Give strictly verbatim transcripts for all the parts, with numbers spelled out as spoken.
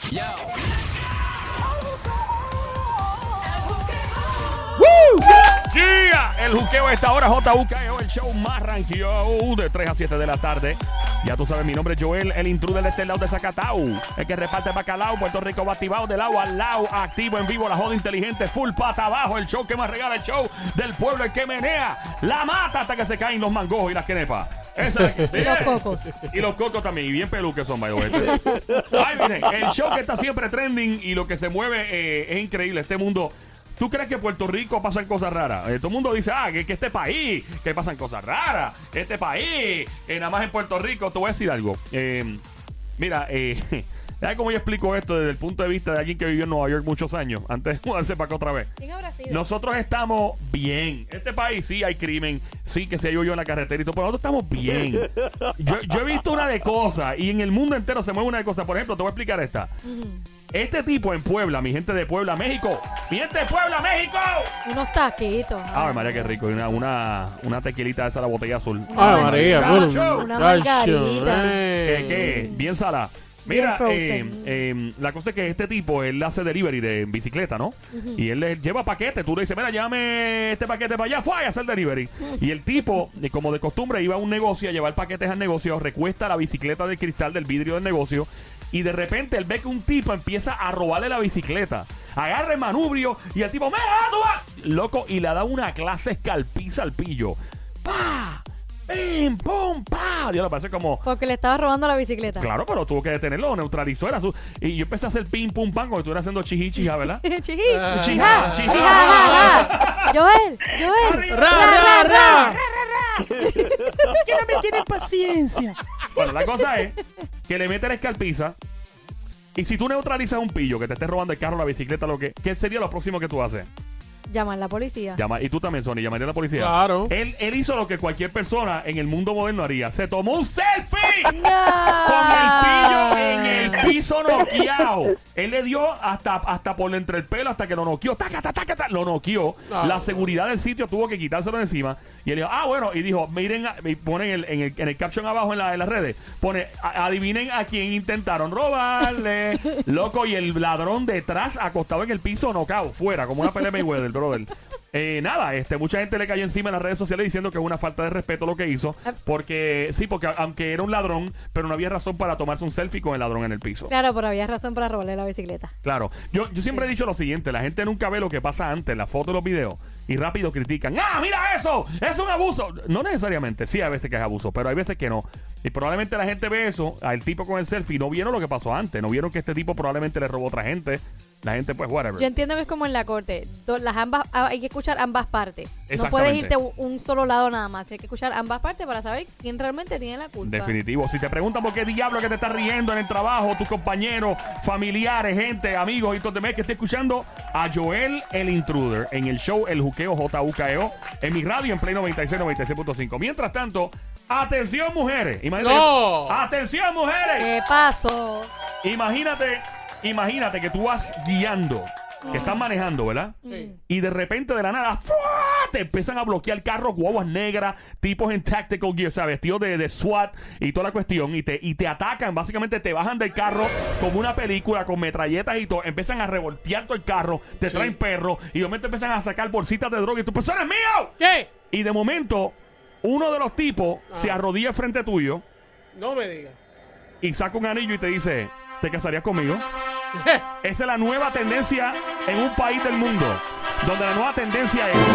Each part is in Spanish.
Yo. ¡Woo! Yeah. El juqueo a esta hora, J U K E O, el show más ranqueado de tres a siete de la tarde. Ya tú sabes, mi nombre es Joel, el intruder de este lado de Zacatau, el que reparte bacalao. Puerto Rico va activado de lado al lado, activo en vivo, la joda inteligente, full pata abajo, el show que más regala, el show del pueblo, el que menea la mata hasta que se caen los mangojos y las quenepas. Esa, y los cocos. Y los cocos también, y bien peluques son, by the way. Ay, miren, el show que está siempre trending y lo que se mueve eh, es increíble. Este mundo... ¿Tú crees que en Puerto Rico pasan cosas raras? Eh, todo el mundo dice, ah, que, que este país, que pasan cosas raras. Este país, eh, nada más en Puerto Rico. Te voy a decir algo. Eh, mira, eh, ya como yo explico esto desde el punto de vista de alguien que vivió en Nueva York muchos años, antes de mudarse para acá otra vez. ¿Quién habrá sido? Nosotros estamos bien. Este país sí hay crimen, sí que se yo yo en la carretera y todo, pero nosotros estamos bien. Yo, yo he visto una de cosas y en el mundo entero se mueve una de cosas. Por ejemplo, te voy a explicar esta. Uh-huh. Este tipo en Puebla, mi gente de Puebla, México. ¡Mi gente de Puebla, México! Unos taquitos. Ay, María, qué rico. Una, una, una tequilita esa, la botella azul. Ay, María, bueno. Una margarita. ¿Qué, qué? Bien salada. Mira, eh, eh, la cosa es que este tipo, él hace delivery de bicicleta, ¿no? Uh-huh. Y él le lleva paquetes. Tú le dices, mira, llévame este paquete para allá. Fue a hacer delivery. Uh-huh. Y el tipo, como de costumbre, iba a un negocio a llevar paquetes al negocio, recuesta la bicicleta de cristal del vidrio del negocio. Y de repente él ve que un tipo empieza a robarle la bicicleta. Agarra el manubrio y el tipo, ¡mira, tú vas! Loco, y le da una clase escalpiza al pillo. ¡Pah! ¡Pim! ¡Pum! ¡Pah! Dios, lo parece como... Porque le estaba robando la bicicleta. Claro, pero tuvo que detenerlo, neutralizó. Era su... Y yo empecé a hacer pim, pum, pam, como si estuviera haciendo chiji, chija, ¿verdad? Chiji, uh, chija, chija, chija. Joel, Joel. ¡Ra, ra, ra! Que no me tienen paciencia. Bueno, la cosa es que le mete la escalpiza. Y si tú neutralizas un pillo que te esté robando el carro, la bicicleta, lo que, ¿qué sería lo próximo que tú haces? Llamar a la policía. Llama, y tú también, Sony, llamaría a la policía. Claro. Él, él hizo lo que cualquier persona en el mundo moderno haría. Se tomó un selfie no. con el pillo en el piso noqueado. Él le dio hasta, hasta por entre el pelo hasta que lo noqueó. Taca, taca, taca, taca, lo noqueó. No. La seguridad del sitio tuvo que quitárselo de encima. Y él dijo, ah, bueno. Y dijo, miren, y ponen el, en, el, en el caption abajo en, la, en las redes. Pone, a, adivinen a quién intentaron robarle. Loco, y el ladrón detrás acostado en el piso noqueado. Fuera, como una pelea Mayweather, brother. Eh, nada, este, mucha gente le cayó encima en las redes sociales diciendo que es una falta de respeto lo que hizo. Porque, sí, porque aunque era un ladrón, pero no había razón para tomarse un selfie con el ladrón en el piso. Claro, pero había razón para robarle la bicicleta. Claro, yo, yo siempre sí. he dicho lo siguiente, la gente nunca ve lo que pasa antes, las fotos y los videos, y rápido critican. ¡Ah, mira eso! ¡Es un abuso! No necesariamente, sí, hay veces que es abuso, pero hay veces que no. Y probablemente la gente ve eso, al tipo con el selfie, no vieron lo que pasó antes, no vieron que este tipo probablemente le robó a otra gente. La gente, pues, whatever. Yo entiendo que es como en la corte. Las ambas, hay que escuchar ambas partes. No puedes irte un solo lado nada más. Hay que escuchar ambas partes para saber quién realmente tiene la culpa. Definitivo. Si te preguntan por qué diablo que te estás riendo en el trabajo, tus compañeros, familiares, gente, amigos y todo demás, que esté escuchando a Joel el Intruder en el show El Juqueo, J U K E O, en mi radio en Play noventa y seis, noventa y seis punto cinco. Mientras tanto, atención, mujeres. Imagínate. No. Atención, mujeres. ¿Qué pasó? Imagínate. Imagínate que tú vas guiando, que estás manejando, ¿verdad? Sí. Y de repente, de la nada, ¡fua! Te empiezan a bloquear carros, guaguas negras, tipos en tactical gear, o sea, vestidos de, de SWAT y toda la cuestión, y te, y te atacan, básicamente te bajan del carro como una película con metralletas y todo, empiezan a revoltear todo el carro, te sí. traen perros, y de momento empiezan a sacar bolsitas de droga y tú, ¡pues eres mío! ¿Qué? Y de momento, uno de los tipos ah. se arrodilla frente tuyo. No me digas. Y saca un anillo y te dice, ¿te casarías conmigo? Esa es la nueva tendencia en un país del mundo, donde la nueva tendencia es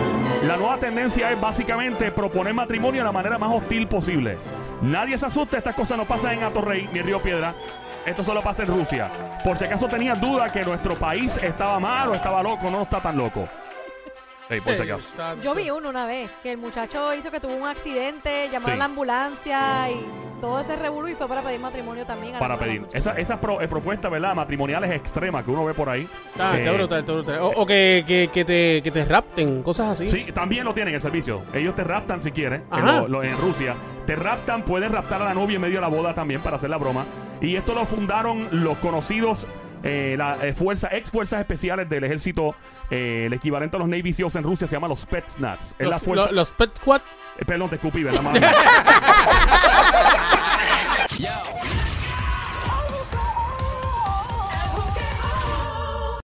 La nueva tendencia es básicamente proponer matrimonio de la manera más hostil posible. Nadie se asuste, estas cosas no pasan en Atorrey ni en Río Piedra. Esto solo pasa en Rusia. Por si acaso tenías duda que nuestro país estaba mal o estaba loco, no está tan loco. Hey, por si acaso. Yo vi uno una vez, que el muchacho hizo que tuvo un accidente, llamaron Sí. a la ambulancia y todo ese revolú y fue para pedir matrimonio también. A Para la pedir. Esas esa pro, eh, propuestas, ¿verdad? Matrimoniales extremas que uno ve por ahí. Ah, eh, está brutal, está brutal. O, o que, que, que, te, que te rapten, cosas así. Sí, también lo tienen el servicio. Ellos te raptan si quieren. En, Ajá. lo, lo- en Rusia. Te raptan, pueden raptar a la novia en medio de la boda también para hacer la broma. Y esto lo fundaron los conocidos, eh, la eh, fuerza, ex fuerzas especiales del ejército, eh, el equivalente a los Navy SEALs en Rusia, se llama los Spetsnaz. Es la Los, fuerza. lo- los Pet Squad. Eh, perdón, te escupí, ¿verdad, mano? Yo.